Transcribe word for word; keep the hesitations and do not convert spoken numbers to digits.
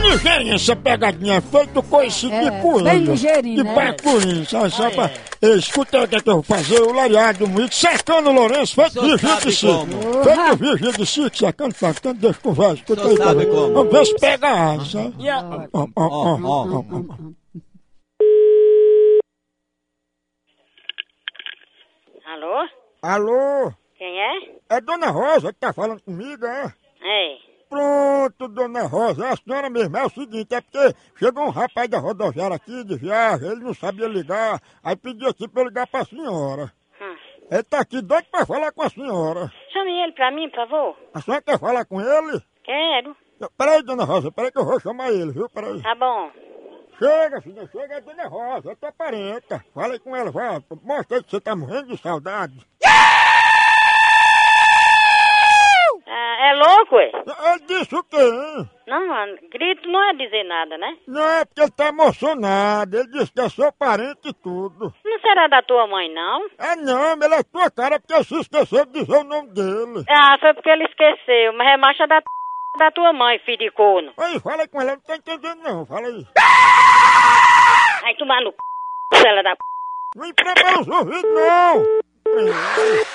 ligeirinha essa pegadinha, feito coice É, de coelho. bem ligeirinho, de né? bacurinho, sabe? Só pra... Escuta o que é que eu vou fazer, o Lariado do Moído, cercando o Lourenço, feito O senhor vigia sabe de sítio. como? Feito vigia de sítio, cercando, facando, deixa com voz. Escuta O senhor aí, tá sabe vendo? como? Vamos ver se pega a asa, sabe? Yeah. Ó, ó, ó, ó, ó, ó. Alô? Alô? Quem é? É Dona Rosa que tá falando comigo, é? Ei. Pronto, Dona Rosa, é a senhora mesmo. É o seguinte, é porque chegou um rapaz da rodoviária aqui de viagem, ele não sabia ligar, aí pediu aqui pra eu ligar pra senhora. Hum. Ele tá aqui doido pra falar com a senhora. Chame ele pra mim, por favor. A senhora quer falar com ele? Quero. Peraí, Dona Rosa, peraí que eu vou chamar ele, viu? Peraí. Tá bom. Chega, filha, chega, é Dona Rosa, é tua parenta. Fala aí com ela, vai, mostra aí que você tá morrendo de saudade. Ah, é louco, é? Ele disse o quê, hein? Não, mano, grito não é dizer nada, né? Não, é porque ele tá emocionado, ele disse que é seu parente e tudo. Não será da tua mãe, não? É não, ele é tua cara porque você esqueceu de dizer o nome dele. Ah, foi porque ele esqueceu, mas é marcha da, da tua mãe, filho de corno. Aí, fala aí com ela, não tá entendendo não, fala aí. Vai tomar no c... ela da p... Não emprega os ouvidos não.